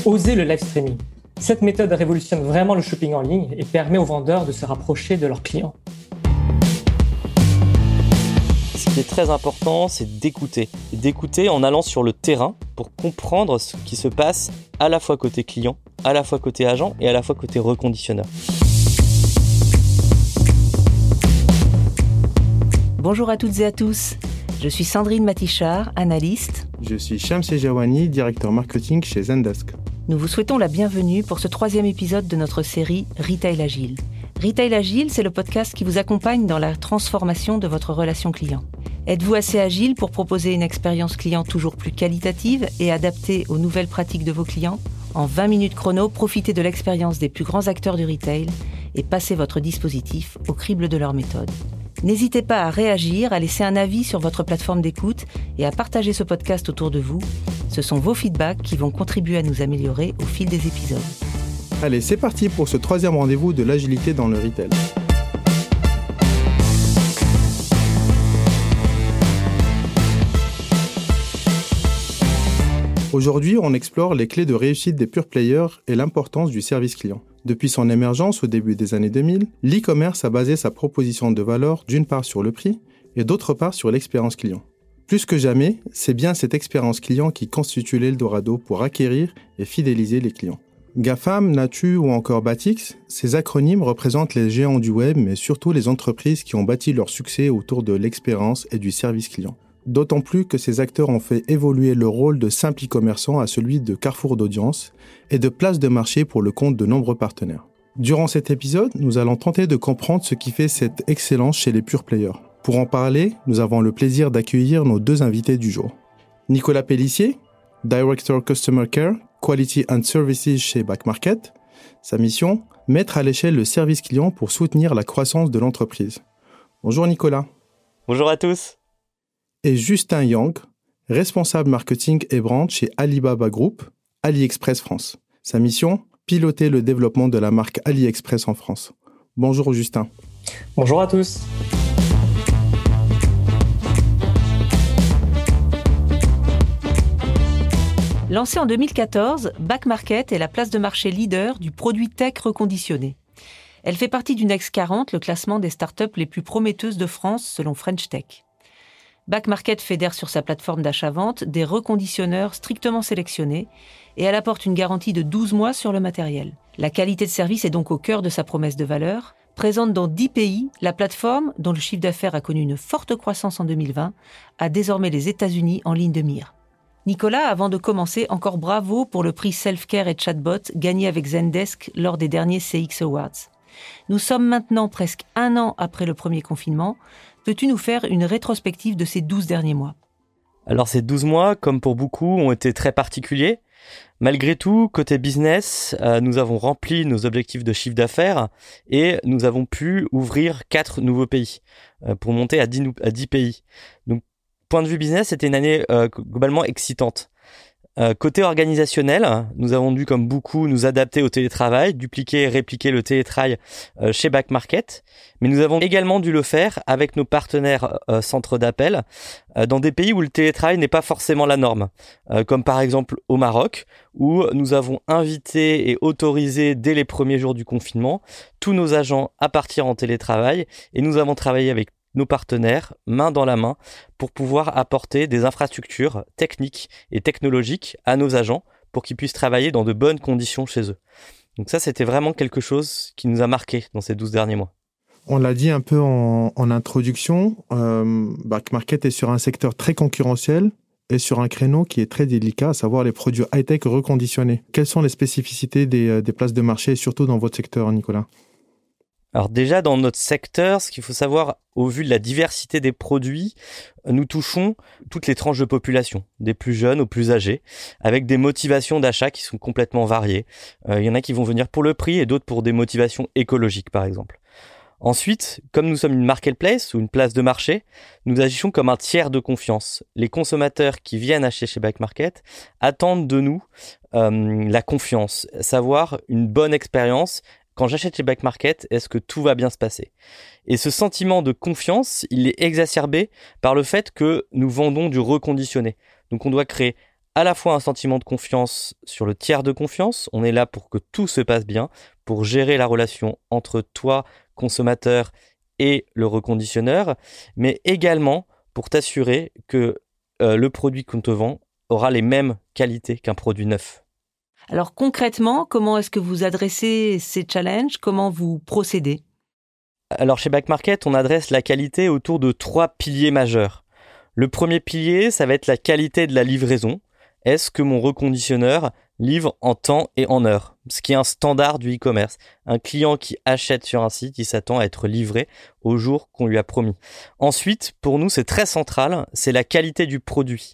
oser le live streaming. Cette méthode révolutionne vraiment le shopping en ligne et permet aux vendeurs de se rapprocher de leurs clients. Ce qui est très important, c'est d'écouter. D'écouter en allant sur le terrain pour comprendre ce qui se passe à la fois côté client, à la fois côté agent et à la fois côté reconditionneur. Bonjour à toutes et à tous, je suis Sandrine Matichard, analyste. Je suis Shams Ejawani, directeur marketing chez Zendesk. Nous vous souhaitons la bienvenue pour ce 3e épisode de notre série Retail Agile. Retail Agile, c'est le podcast qui vous accompagne dans la transformation de votre relation client. Êtes-vous assez agile pour proposer une expérience client toujours plus qualitative et adaptée aux nouvelles pratiques de vos clients ? En 20 minutes chrono, profitez de l'expérience des plus grands acteurs du retail et passez votre dispositif au crible de leur méthode. N'hésitez pas à réagir, à laisser un avis sur votre plateforme d'écoute et à partager ce podcast autour de vous. Ce sont vos feedbacks qui vont contribuer à nous améliorer au fil des épisodes. Allez, c'est parti pour ce 3e rendez-vous de l'agilité dans le retail. Aujourd'hui, on explore les clés de réussite des pure players et l'importance du service client. Depuis son émergence au début des années 2000, l'e-commerce a basé sa proposition de valeur d'une part sur le prix et d'autre part sur l'expérience client. Plus que jamais, c'est bien cette expérience client qui constitue l'Eldorado pour acquérir et fidéliser les clients. GAFAM, Natu ou encore Batix, ces acronymes représentent les géants du web, mais surtout les entreprises qui ont bâti leur succès autour de l'expérience et du service client. D'autant plus que ces acteurs ont fait évoluer leur rôle de simple e-commerçant à celui de carrefour d'audience et de place de marché pour le compte de nombreux partenaires. Durant cet épisode, nous allons tenter de comprendre ce qui fait cette excellence chez les pure players. Pour en parler, nous avons le plaisir d'accueillir nos 2 invités du jour. Nicolas Pellissier, Director Customer Care, Quality and Services chez Back Market. Sa mission, mettre à l'échelle le service client pour soutenir la croissance de l'entreprise. Bonjour Nicolas. Bonjour à tous. Et Justin Yang, responsable marketing et brand chez Alibaba Group, AliExpress France. Sa mission, piloter le développement de la marque AliExpress en France. Bonjour Justin. Bonjour à tous. Lancée en 2014, Back Market est la place de marché leader du produit tech reconditionné. Elle fait partie du Next 40, le classement des startups les plus prometteuses de France selon French Tech. Back Market fédère sur sa plateforme d'achat-vente des reconditionneurs strictement sélectionnés et elle apporte une garantie de 12 mois sur le matériel. La qualité de service est donc au cœur de sa promesse de valeur. Présente dans 10 pays, la plateforme, dont le chiffre d'affaires a connu une forte croissance en 2020, a désormais les États-Unis en ligne de mire. Nicolas, avant de commencer, encore bravo pour le prix Self-Care et Chatbot gagné avec Zendesk lors des derniers CX Awards. Nous sommes maintenant presque 1 an après le premier confinement. Peux-tu nous faire une rétrospective de ces 12 derniers mois ? Alors ces 12 mois, comme pour beaucoup, ont été très particuliers. Malgré tout, côté business, nous avons rempli nos objectifs de chiffre d'affaires et nous avons pu ouvrir 4 nouveaux pays pour monter à 10 pays. Donc, point de vue business, c'était une année globalement excitante. Côté organisationnel, nous avons dû, comme beaucoup, nous adapter au télétravail, dupliquer et répliquer le télétravail chez Back Market. Mais nous avons également dû le faire avec nos partenaires centres d'appel dans des pays où le télétravail n'est pas forcément la norme, comme par exemple au Maroc, où nous avons invité et autorisé dès les premiers jours du confinement tous nos agents à partir en télétravail et nous avons travaillé avec nos partenaires, main dans la main, pour pouvoir apporter des infrastructures techniques et technologiques à nos agents pour qu'ils puissent travailler dans de bonnes conditions chez eux. Donc ça, c'était vraiment quelque chose qui nous a marqué dans ces 12 derniers mois. On l'a dit un peu en introduction, Back Market est sur un secteur très concurrentiel et sur un créneau qui est très délicat, à savoir les produits high-tech reconditionnés. Quelles sont les spécificités des places de marché, surtout dans votre secteur, Nicolas ? Alors déjà, dans notre secteur, ce qu'il faut savoir, au vu de la diversité des produits, nous touchons toutes les tranches de population, des plus jeunes aux plus âgés, avec des motivations d'achat qui sont complètement variées. Il y en a qui vont venir pour le prix et d'autres pour des motivations écologiques, par exemple. Ensuite, comme nous sommes une marketplace ou une place de marché, nous agissons comme un tiers de confiance. Les consommateurs qui viennent acheter chez Back Market attendent de nous la confiance, savoir une bonne expérience. Quand j'achète chez Back Market, est-ce que tout va bien se passer ? Et ce sentiment de confiance, il est exacerbé par le fait que nous vendons du reconditionné. Donc on doit créer à la fois un sentiment de confiance sur le tiers de confiance. On est là pour que tout se passe bien, pour gérer la relation entre toi, consommateur, et le reconditionneur, mais également pour t'assurer que le produit qu'on te vend aura les mêmes qualités qu'un produit neuf. Alors concrètement, comment est-ce que vous adressez ces challenges ? Comment vous procédez ? Alors chez Back Market, on adresse la qualité autour de 3 piliers majeurs. Le premier pilier, ça va être la qualité de la livraison. Est-ce que mon reconditionneur livre en temps et en heure ? Ce qui est un standard du e-commerce. Un client qui achète sur un site, il s'attend à être livré au jour qu'on lui a promis. Ensuite, pour nous, c'est très central, c'est la qualité du produit.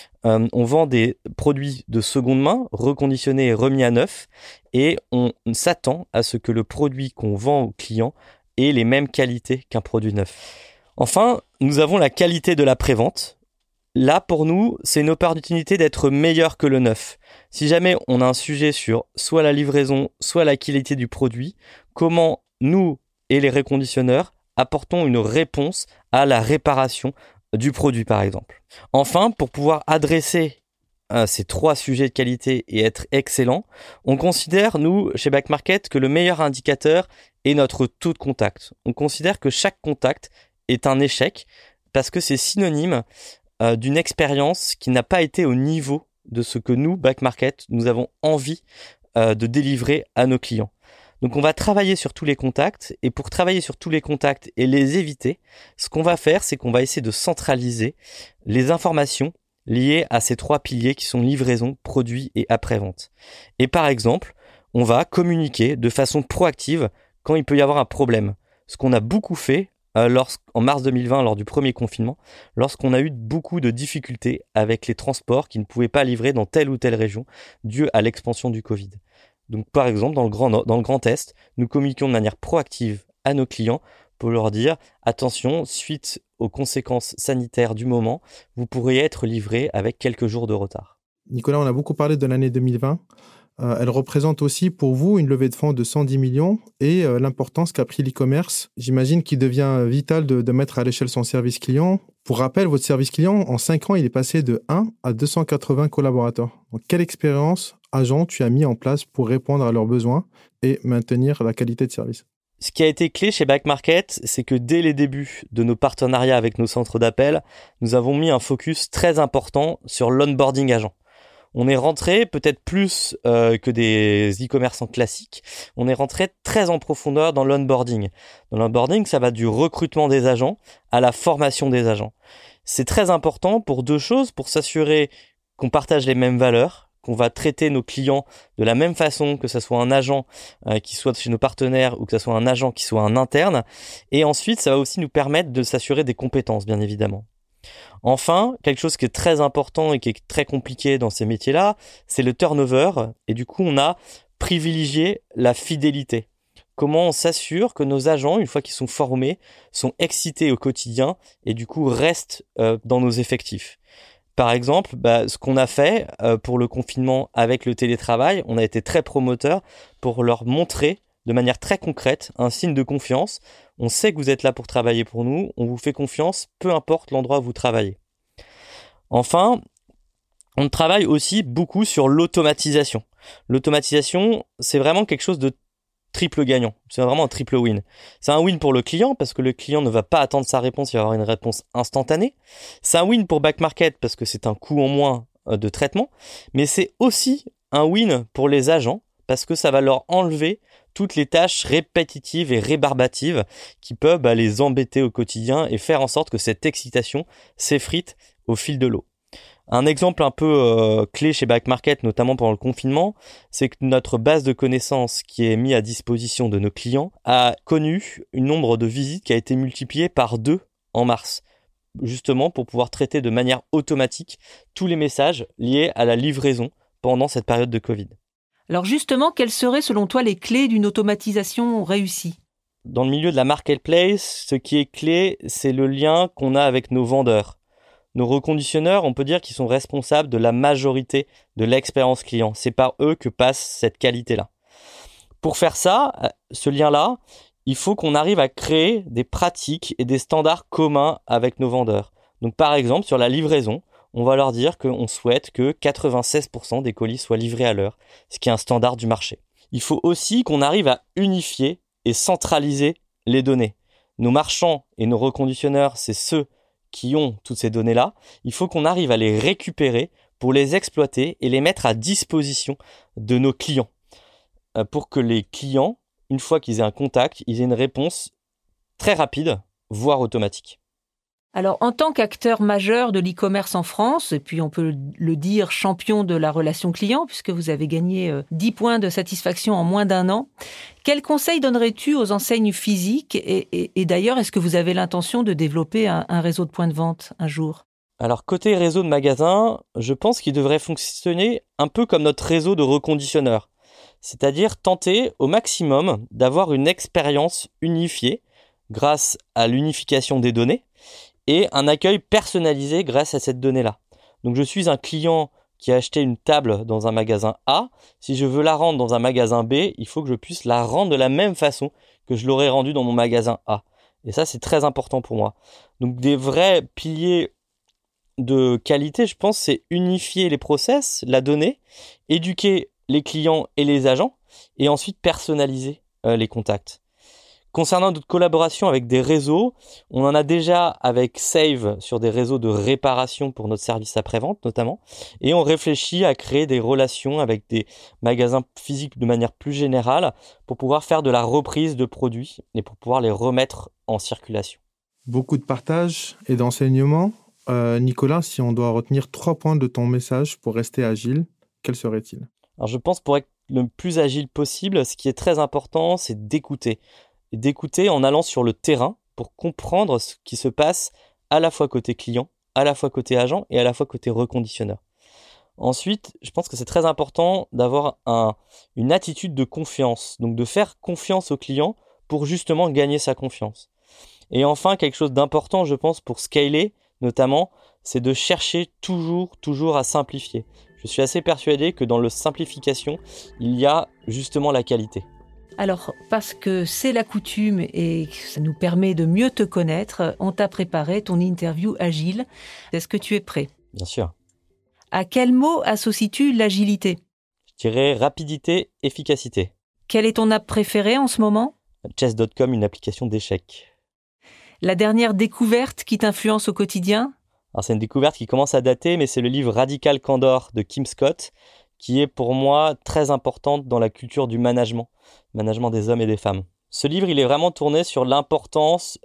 On vend des produits de seconde main, reconditionnés et remis à neuf, et on s'attend à ce que le produit qu'on vend au client ait les mêmes qualités qu'un produit neuf. Enfin, nous avons la qualité de la prévente. Là, pour nous, c'est une opportunité d'être meilleur que le neuf. Si jamais on a un sujet sur soit la livraison, soit la qualité du produit, comment nous et les reconditionneurs apportons une réponse à la réparation du produit, par exemple. Enfin, pour pouvoir adresser ces 3 sujets de qualité et être excellent, on considère, nous, chez Back Market, que le meilleur indicateur est notre taux de contact. On considère que chaque contact est un échec parce que c'est synonyme d'une expérience qui n'a pas été au niveau de ce que nous, Back Market, nous avons envie de délivrer à nos clients. Donc on va travailler sur tous les contacts, et pour travailler sur tous les contacts et les éviter, ce qu'on va faire, c'est qu'on va essayer de centraliser les informations liées à ces 3 piliers qui sont livraison, produit et après-vente. Et par exemple, on va communiquer de façon proactive quand il peut y avoir un problème. Ce qu'on a beaucoup fait en mars 2020, lors du premier confinement, lorsqu'on a eu beaucoup de difficultés avec les transports qui ne pouvaient pas livrer dans telle ou telle région dû à l'expansion du Covid. Donc par exemple, dans le Grand Est, nous communiquions de manière proactive à nos clients pour leur dire « Attention, suite aux conséquences sanitaires du moment, vous pourriez être livré avec quelques jours de retard. » Nicolas, on a beaucoup parlé de l'année 2020. Elle représente aussi pour vous une levée de fonds de 110 millions et l'importance qu'a pris l'e-commerce. J'imagine qu'il devient vital de mettre à l'échelle son service client. Pour rappel, votre service client, en 5 ans, il est passé de 1 à 280 collaborateurs. Donc, quelle expérience agent tu as mis en place pour répondre à leurs besoins et maintenir la qualité de service ? Ce qui a été clé chez Back Market, c'est que dès les débuts de nos partenariats avec nos centres d'appel, nous avons mis un focus très important sur l'onboarding agent. On est rentré peut-être plus que des e-commerçants classiques. On est rentré très en profondeur dans l'onboarding. Dans l'onboarding, ça va du recrutement des agents à la formation des agents. C'est très important pour 2 choses, pour s'assurer qu'on partage les mêmes valeurs, qu'on va traiter nos clients de la même façon, que ce soit un agent qui soit chez nos partenaires ou que ce soit un agent qui soit un interne. Et ensuite, ça va aussi nous permettre de s'assurer des compétences, bien évidemment. Enfin, quelque chose qui est très important et qui est très compliqué dans ces métiers-là, c'est le turnover. Et du coup, on a privilégié la fidélité. Comment on s'assure que nos agents, une fois qu'ils sont formés, sont excités au quotidien et du coup restent dans nos effectifs. Par exemple, ce qu'on a fait pour le confinement avec le télétravail, on a été très promoteur pour leur montrer de manière très concrète un signe de confiance. On sait que vous êtes là pour travailler pour nous, on vous fait confiance, peu importe l'endroit où vous travaillez. Enfin, on travaille aussi beaucoup sur l'automatisation. L'automatisation, c'est vraiment quelque chose de triple gagnant. C'est vraiment un triple win. C'est un win pour le client parce que le client ne va pas attendre sa réponse, il va avoir une réponse instantanée. C'est un win pour Back Market parce que c'est un coût en moins de traitement. Mais c'est aussi un win pour les agents parce que ça va leur enlever toutes les tâches répétitives et rébarbatives qui peuvent les embêter au quotidien et faire en sorte que cette excitation s'effrite au fil de l'eau. Un exemple un peu clé chez Back Market, notamment pendant le confinement, c'est que notre base de connaissances qui est mise à disposition de nos clients a connu un nombre de visites qui a été multiplié par 2 en mars, justement pour pouvoir traiter de manière automatique tous les messages liés à la livraison pendant cette période de Covid. Alors justement, quelles seraient selon toi les clés d'une automatisation réussie ? Dans le milieu de la marketplace, ce qui est clé, c'est le lien qu'on a avec nos vendeurs. Nos reconditionneurs, on peut dire qu'ils sont responsables de la majorité de l'expérience client. C'est par eux que passe cette qualité-là. Pour faire ça, ce lien-là, il faut qu'on arrive à créer des pratiques et des standards communs avec nos vendeurs. Donc par exemple, sur la livraison, on va leur dire qu'on souhaite que 96% des colis soient livrés à l'heure, ce qui est un standard du marché. Il faut aussi qu'on arrive à unifier et centraliser les données. Nos marchands et nos reconditionneurs, c'est ceux qui ont toutes ces données-là. Il faut qu'on arrive à les récupérer pour les exploiter et les mettre à disposition de nos clients. Pour que les clients, une fois qu'ils aient un contact, ils aient une réponse très rapide, voire automatique. Alors, en tant qu'acteur majeur de l'e-commerce en France, et puis on peut le dire champion de la relation client, puisque vous avez gagné 10 points de satisfaction en moins d'un an, quels conseils donnerais-tu aux enseignes physiques et d'ailleurs, est-ce que vous avez l'intention de développer un réseau de points de vente un jour ? Alors, côté réseau de magasins, je pense qu'il devrait fonctionner un peu comme notre réseau de reconditionneurs. C'est-à-dire tenter au maximum d'avoir une expérience unifiée grâce à l'unification des données et un accueil personnalisé grâce à cette donnée-là. Donc je suis un client qui a acheté une table dans un magasin A. Si je veux la rendre dans un magasin B, il faut que je puisse la rendre de la même façon que je l'aurais rendue dans mon magasin A. Et ça, c'est très important pour moi. Donc des vrais piliers de qualité, je pense, c'est unifier les process, la donnée, éduquer les clients et les agents, et ensuite personnaliser les contacts. Concernant notre collaboration avec des réseaux, on en a déjà avec Save sur des réseaux de réparation pour notre service après-vente notamment, et on réfléchit à créer des relations avec des magasins physiques de manière plus générale pour pouvoir faire de la reprise de produits et pour pouvoir les remettre en circulation. Beaucoup de partage et d'enseignement. Nicolas, si on doit retenir 3 points de ton message pour rester agile, quels seraient-ils ? Alors je pense pour être le plus agile possible, ce qui est très important, c'est d'écouter. Et d'écouter en allant sur le terrain pour comprendre ce qui se passe à la fois côté client, à la fois côté agent et à la fois côté reconditionneur. Ensuite, je pense que c'est très important d'avoir une attitude de confiance, donc de faire confiance au client pour justement gagner sa confiance. Et enfin, quelque chose d'important, je pense, pour scaler notamment, c'est de chercher toujours à simplifier. Je suis assez persuadé que dans la simplification, il y a justement la qualité. Alors, parce que c'est la coutume et que ça nous permet de mieux te connaître, on t'a préparé ton interview agile. Est-ce que tu es prêt ? Bien sûr. À quel mot associes-tu l'agilité ? Je dirais rapidité, efficacité. Quelle est ton app préférée en ce moment ? Chess.com, une application d'échecs. La dernière découverte qui t'influence au quotidien ? Alors, c'est une découverte qui commence à dater, mais c'est le livre Radical Candor de Kim Scott, qui est pour moi très importante dans la culture du management des hommes et des femmes. Ce livre, il est vraiment tourné sur l'importance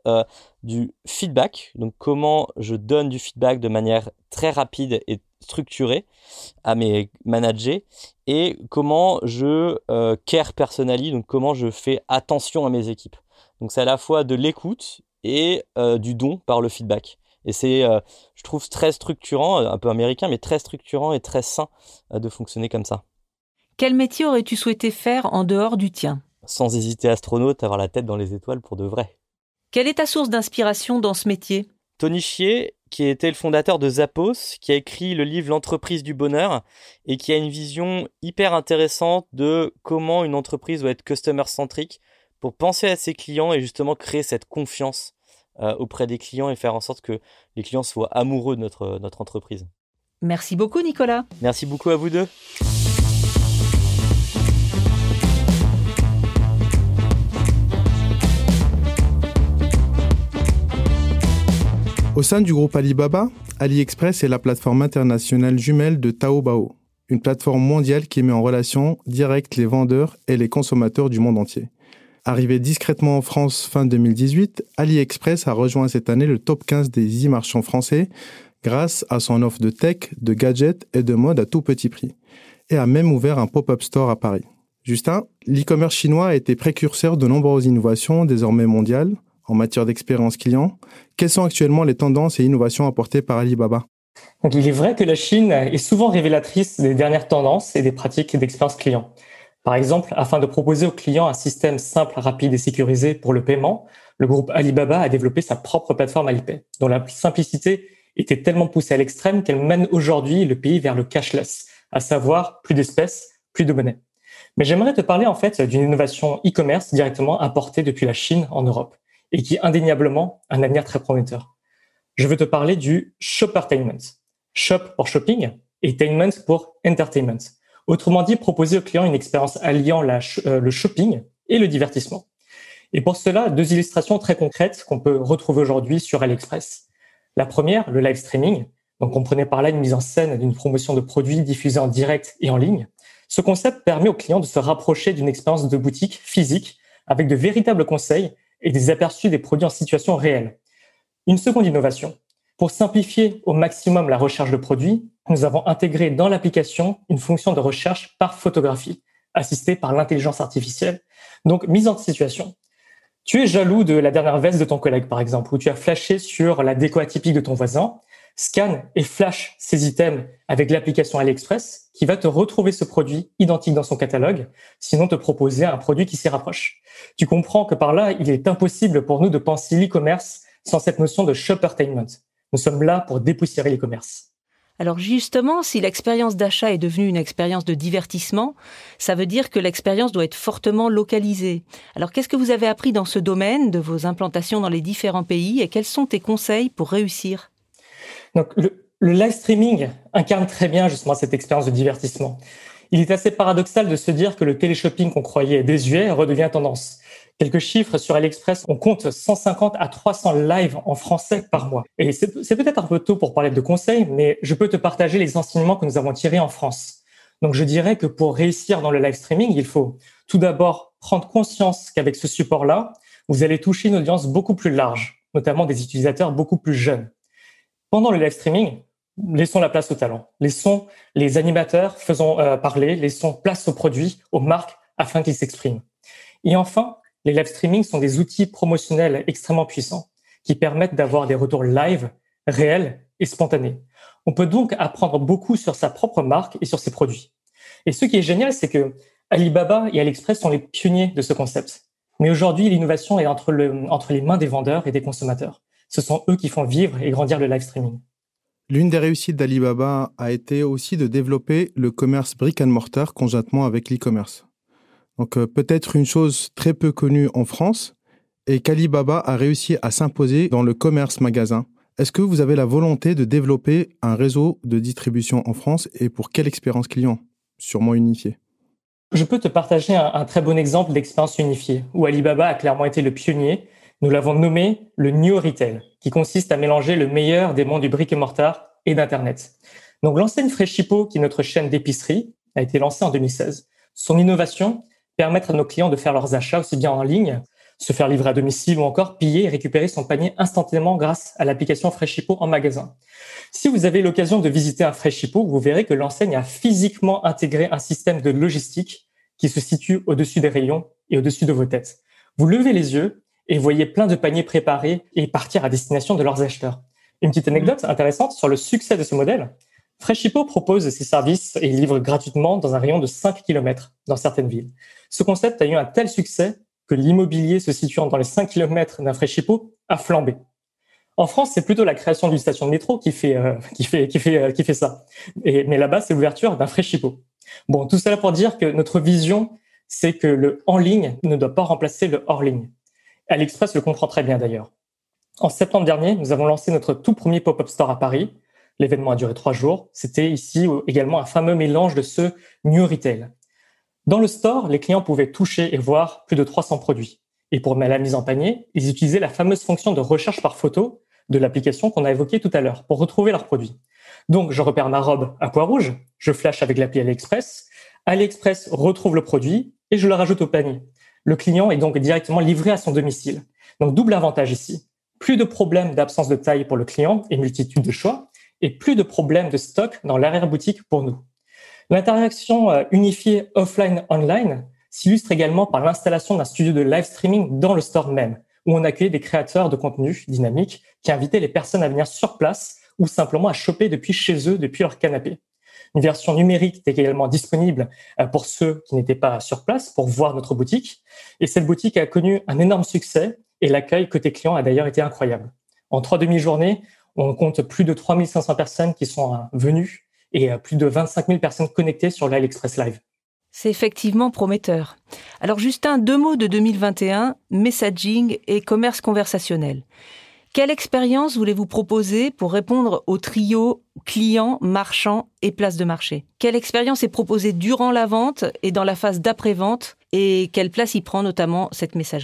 du feedback, donc comment je donne du feedback de manière très rapide et structurée à mes managers, et comment je care personally, donc comment je fais attention à mes équipes. Donc c'est à la fois de l'écoute et du don par le feedback. Et c'est, je trouve, très structurant, un peu américain, mais très structurant et très sain de fonctionner comme ça. Quel métier aurais-tu souhaité faire en dehors du tien ? Sans hésiter, astronaute, avoir la tête dans les étoiles pour de vrai. Quelle est ta source d'inspiration dans ce métier ? Tony Hsieh, qui était le fondateur de Zappos, qui a écrit le livre L'entreprise du bonheur et qui a une vision hyper intéressante de comment une entreprise doit être customer-centrique pour penser à ses clients et justement créer cette confiance auprès des clients et faire en sorte que les clients soient amoureux de notre entreprise. Merci beaucoup, Nicolas. Merci beaucoup à vous deux. Au sein du groupe Alibaba, AliExpress est la plateforme internationale jumelle de Taobao, une plateforme mondiale qui met en relation directe les vendeurs et les consommateurs du monde entier. Arrivé discrètement en France fin 2018, AliExpress a rejoint cette année le top 15 des e-marchands français grâce à son offre de tech, de gadgets et de mode à tout petit prix, et a même ouvert un pop-up store à Paris. Justin, l'e-commerce chinois a été précurseur de nombreuses innovations désormais mondiales en matière d'expérience client. Quelles sont actuellement les tendances et innovations apportées par Alibaba ? Donc, il est vrai que la Chine est souvent révélatrice des dernières tendances et des pratiques d'expérience client. Par exemple, afin de proposer aux clients un système simple, rapide et sécurisé pour le paiement, le groupe Alibaba a développé sa propre plateforme Alipay, dont la simplicité était tellement poussée à l'extrême qu'elle mène aujourd'hui le pays vers le cashless, à savoir plus d'espèces, plus de monnaie. Mais j'aimerais te parler en fait d'une innovation e-commerce directement importée depuis la Chine en Europe et qui est indéniablement un avenir très prometteur. Je veux te parler du Shoppertainment. Shop pour shopping et tainment pour entertainment. Autrement dit, proposer au client une expérience alliant le shopping et le divertissement. Et pour cela, 2 illustrations très concrètes qu'on peut retrouver aujourd'hui sur AliExpress. La première, le live streaming. Donc, comprenez par là une mise en scène d'une promotion de produits diffusés en direct et en ligne. Ce concept permet aux clients de se rapprocher d'une expérience de boutique physique avec de véritables conseils et des aperçus des produits en situation réelle. Une seconde innovation. Pour simplifier au maximum la recherche de produits, nous avons intégré dans l'application une fonction de recherche par photographie, assistée par l'intelligence artificielle. Donc, mise en situation. Tu es jaloux de la dernière veste de ton collègue, par exemple, ou tu as flashé sur la déco atypique de ton voisin. Scanne et flash ces items avec l'application AliExpress qui va te retrouver ce produit identique dans son catalogue, sinon te proposer un produit qui s'y rapproche. Tu comprends que par là, il est impossible pour nous de penser l'e-commerce sans cette notion de shoppertainment. Nous sommes là pour dépoussiérer l'e-commerce. Alors justement, si l'expérience d'achat est devenue une expérience de divertissement, ça veut dire que l'expérience doit être fortement localisée. Alors qu'est-ce que vous avez appris dans ce domaine de vos implantations dans les différents pays et quels sont tes conseils pour réussir ? Donc le live streaming incarne très bien justement cette expérience de divertissement. Il est assez paradoxal de se dire que le téléshopping qu'on croyait désuet redevient tendance. Quelques chiffres sur AliExpress, on compte 150 à 300 lives en français par mois. Et c'est peut-être un peu tôt pour parler de conseils, mais je peux te partager les enseignements que nous avons tirés en France. Donc je dirais que pour réussir dans le live streaming, il faut tout d'abord prendre conscience qu'avec ce support-là, vous allez toucher une audience beaucoup plus large, notamment des utilisateurs beaucoup plus jeunes. Pendant le live streaming, laissons la place au talent. Laissons les animateurs faisons parler, laissons place aux produits, aux marques, afin qu'ils s'expriment. Et enfin, les live streaming sont des outils promotionnels extrêmement puissants qui permettent d'avoir des retours live, réels et spontanés. On peut donc apprendre beaucoup sur sa propre marque et sur ses produits. Et ce qui est génial, c'est que Alibaba et AliExpress sont les pionniers de ce concept. Mais aujourd'hui, l'innovation est entre les mains des vendeurs et des consommateurs. Ce sont eux qui font vivre et grandir le live streaming. L'une des réussites d'Alibaba a été aussi de développer le commerce brick and mortar conjointement avec l'e-commerce. Donc peut-être une chose très peu connue en France est qu'Alibaba a réussi à s'imposer dans le commerce magasin. Est-ce que vous avez la volonté de développer un réseau de distribution en France et pour quelle expérience client ? Sûrement unifiée. Je peux te partager un très bon exemple d'expérience unifiée où Alibaba a clairement été le pionnier. Nous l'avons nommé le New Retail, qui consiste à mélanger le meilleur des mondes du brick et mortar et d'Internet. Donc l'enseigne Freshippo, qui est notre chaîne d'épicerie, a été lancée en 2016. Son innovation, permettre à nos clients de faire leurs achats aussi bien en ligne, se faire livrer à domicile ou encore piller et récupérer son panier instantanément grâce à l'application Freshippo en magasin. Si vous avez l'occasion de visiter un Freshippo, vous verrez que l'enseigne a physiquement intégré un système de logistique qui se situe au-dessus des rayons et au-dessus de vos têtes. Vous levez les yeux et voyez plein de paniers préparés et partir à destination de leurs acheteurs. Une petite anecdote intéressante sur le succès de ce modèle. Freshippo propose ses services et livre gratuitement dans un rayon de 5 km dans certaines villes. Ce concept a eu un tel succès que l'immobilier se situant dans les 5 km d'un Freshippo a flambé. En France, c'est plutôt la création d'une station de métro qui fait ça. Mais là-bas, c'est l'ouverture d'un Freshippo. Bon, tout cela pour dire que notre vision, c'est que le en ligne ne doit pas remplacer le hors ligne. AliExpress le comprend très bien d'ailleurs. En septembre dernier, nous avons lancé notre tout premier pop-up store à Paris. L'événement a duré 3 jours. C'était ici également un fameux mélange de ce New Retail. Dans le store, les clients pouvaient toucher et voir plus de 300 produits. Et pour la mise en panier, ils utilisaient la fameuse fonction de recherche par photo de l'application qu'on a évoquée tout à l'heure pour retrouver leurs produits. Donc, je repère ma robe à pois rouge, je flash avec l'appli AliExpress. AliExpress retrouve le produit et je le rajoute au panier. Le client est donc directement livré à son domicile. Donc, double avantage ici. Plus de problèmes d'absence de taille pour le client et multitude de choix, et plus de problèmes de stock dans l'arrière-boutique pour nous. L'interaction unifiée offline-online s'illustre également par l'installation d'un studio de live streaming dans le store même, où on accueillait des créateurs de contenu dynamiques qui invitaient les personnes à venir sur place ou simplement à shopper depuis chez eux, depuis leur canapé. Une version numérique est également disponible pour ceux qui n'étaient pas sur place pour voir notre boutique. Et cette boutique a connu un énorme succès et l'accueil côté client a d'ailleurs été incroyable. En 3 demi-journées, on compte plus de 3500 personnes qui sont venues et plus de 25 000 personnes connectées sur l'AliExpress Live. C'est effectivement prometteur. Alors Justin, 2 mots de 2021, messaging et commerce conversationnel. Quelle expérience voulez-vous proposer pour répondre au trio client, marchand et place de marché ? Quelle expérience est proposée durant la vente et dans la phase d'après-vente et quelle place y prend notamment cette messagerie ?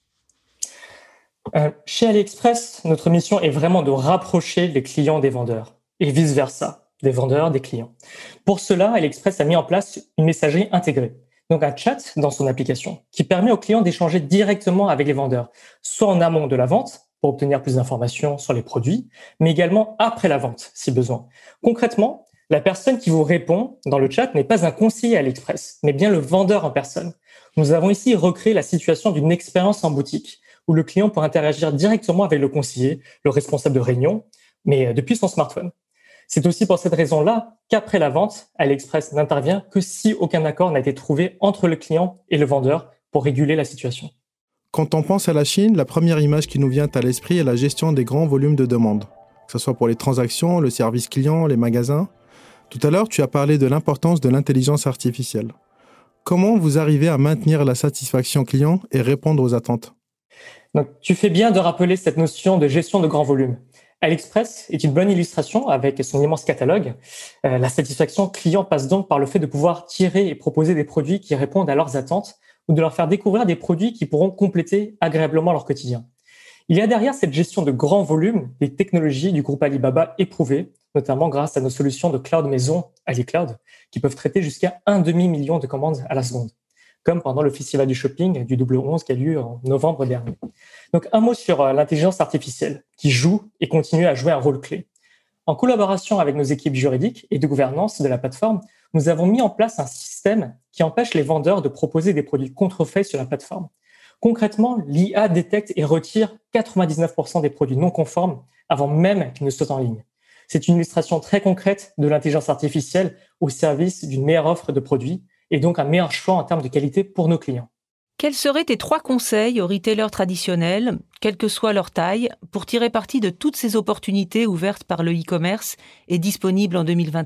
Chez AliExpress, notre mission est vraiment de rapprocher les clients des vendeurs et vice-versa, des vendeurs des clients. Pour cela, AliExpress a mis en place une messagerie intégrée, donc un chat dans son application qui permet aux clients d'échanger directement avec les vendeurs, soit en amont de la vente pour obtenir plus d'informations sur les produits, mais également après la vente si besoin. Concrètement, la personne qui vous répond dans le chat n'est pas un conseiller AliExpress, mais bien le vendeur en personne. Nous avons ici recréé la situation d'une expérience en boutique où le client peut interagir directement avec le conseiller, le responsable de réunion, mais depuis son smartphone. C'est aussi pour cette raison-là qu'après la vente, AliExpress n'intervient que si aucun accord n'a été trouvé entre le client et le vendeur pour réguler la situation. Quand on pense à la Chine, la première image qui nous vient à l'esprit est la gestion des grands volumes de demandes, que ce soit pour les transactions, le service client, les magasins. Tout à l'heure, tu as parlé de l'importance de l'intelligence artificielle. Comment vous arrivez à maintenir la satisfaction client et répondre aux attentes ? Donc, tu fais bien de rappeler cette notion de gestion de grands volumes. AliExpress est une bonne illustration avec son immense catalogue. La satisfaction client passe donc par le fait de pouvoir tirer et proposer des produits qui répondent à leurs attentes ou de leur faire découvrir des produits qui pourront compléter agréablement leur quotidien. Il y a derrière cette gestion de grands volumes des technologies du groupe Alibaba éprouvées, notamment grâce à nos solutions de cloud maison AliCloud, qui peuvent traiter jusqu'à 1,5 million de commandes à la seconde, comme pendant le festival du shopping du Double 11 qui a lieu en novembre dernier. Donc un mot sur l'intelligence artificielle qui joue et continue à jouer un rôle clé. En collaboration avec nos équipes juridiques et de gouvernance de la plateforme, nous avons mis en place un système qui empêche les vendeurs de proposer des produits contrefaits sur la plateforme. Concrètement, l'IA détecte et retire 99% des produits non conformes avant même qu'ils ne soient en ligne. C'est une illustration très concrète de l'intelligence artificielle au service d'une meilleure offre de produits et donc un meilleur choix en termes de qualité pour nos clients. Quels seraient tes 3 conseils aux retailers traditionnels, quelle que soit leur taille, pour tirer parti de toutes ces opportunités ouvertes par le e-commerce et disponibles en 2021 ?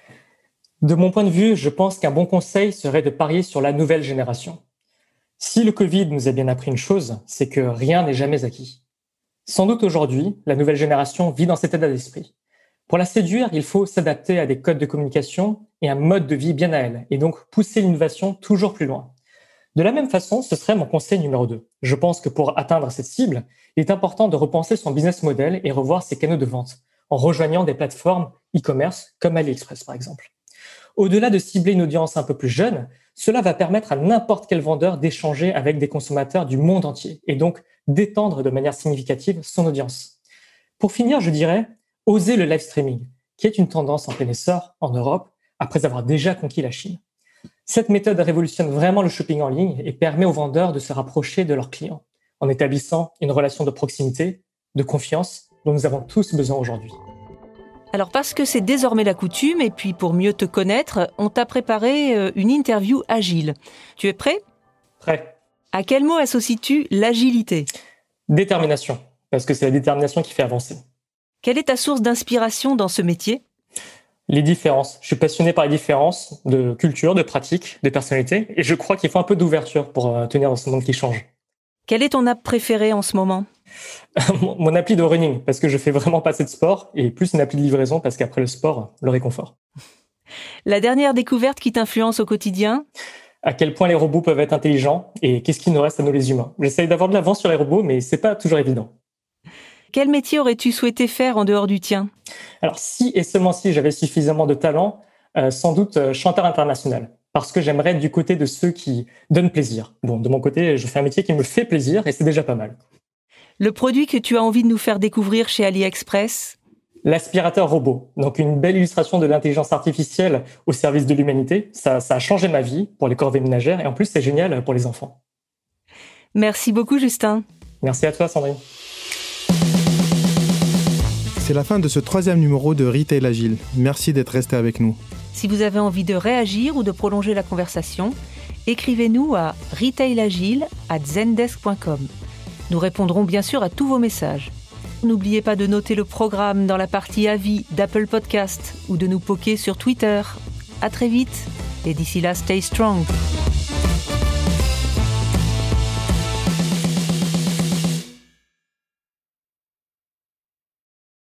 De mon point de vue, je pense qu'un bon conseil serait de parier sur la nouvelle génération. Si le Covid nous a bien appris une chose, c'est que rien n'est jamais acquis. Sans doute aujourd'hui, la nouvelle génération vit dans cet état d'esprit. Pour la séduire, il faut s'adapter à des codes de communication et un mode de vie bien à elle, et donc pousser l'innovation toujours plus loin. De la même façon, ce serait mon conseil numéro 2. Je pense que pour atteindre cette cible, il est important de repenser son business model et revoir ses canaux de vente, en rejoignant des plateformes e-commerce comme AliExpress par exemple. Au-delà de cibler une audience un peu plus jeune, cela va permettre à n'importe quel vendeur d'échanger avec des consommateurs du monde entier et donc d'étendre de manière significative son audience. Pour finir, je dirais, oser le live streaming, qui est une tendance en plein essor en Europe après avoir déjà conquis la Chine. Cette méthode révolutionne vraiment le shopping en ligne et permet aux vendeurs de se rapprocher de leurs clients en établissant une relation de proximité, de confiance dont nous avons tous besoin aujourd'hui. Alors parce que c'est désormais la coutume et puis pour mieux te connaître, on t'a préparé une interview agile. Tu es prêt ? Prêt. À quel mot associes-tu l'agilité ? Détermination, parce que c'est la détermination qui fait avancer. Quelle est ta source d'inspiration dans ce métier ? Les différences. Je suis passionné par les différences de culture, de pratique, de personnalité, et je crois qu'il faut un peu d'ouverture pour tenir dans ce monde qui change. Quelle est ton app préférée en ce moment ? Mon appli de running, parce que je fais vraiment pas assez de sport, et plus une appli de livraison, parce qu'après le sport, le réconfort. La dernière découverte qui t'influence au quotidien ? À quel point les robots peuvent être intelligents, et qu'est-ce qu'il nous reste à nous les humains. J'essaye d'avoir de l'avance sur les robots, mais c'est pas toujours évident. Quel métier aurais-tu souhaité faire en dehors du tien ? Alors si et seulement si j'avais suffisamment de talent, sans doute chanteur international. Parce que j'aimerais être du côté de ceux qui donnent plaisir. Bon, de mon côté, je fais un métier qui me fait plaisir et c'est déjà pas mal. Le produit que tu as envie de nous faire découvrir chez AliExpress ? L'aspirateur robot. Donc une belle illustration de l'intelligence artificielle au service de l'humanité. Ça a changé ma vie pour les corvées ménagères et en plus c'est génial pour les enfants. Merci beaucoup Justin. Merci à toi Sandrine. C'est la fin de ce 3e numéro de Retail Agile. Merci d'être resté avec nous. Si vous avez envie de réagir ou de prolonger la conversation, écrivez-nous à retailagile@zendesk.com. Nous répondrons bien sûr à tous vos messages. N'oubliez pas de noter le programme dans la partie avis d'Apple Podcast ou de nous poker sur Twitter. À très vite et d'ici là, stay strong.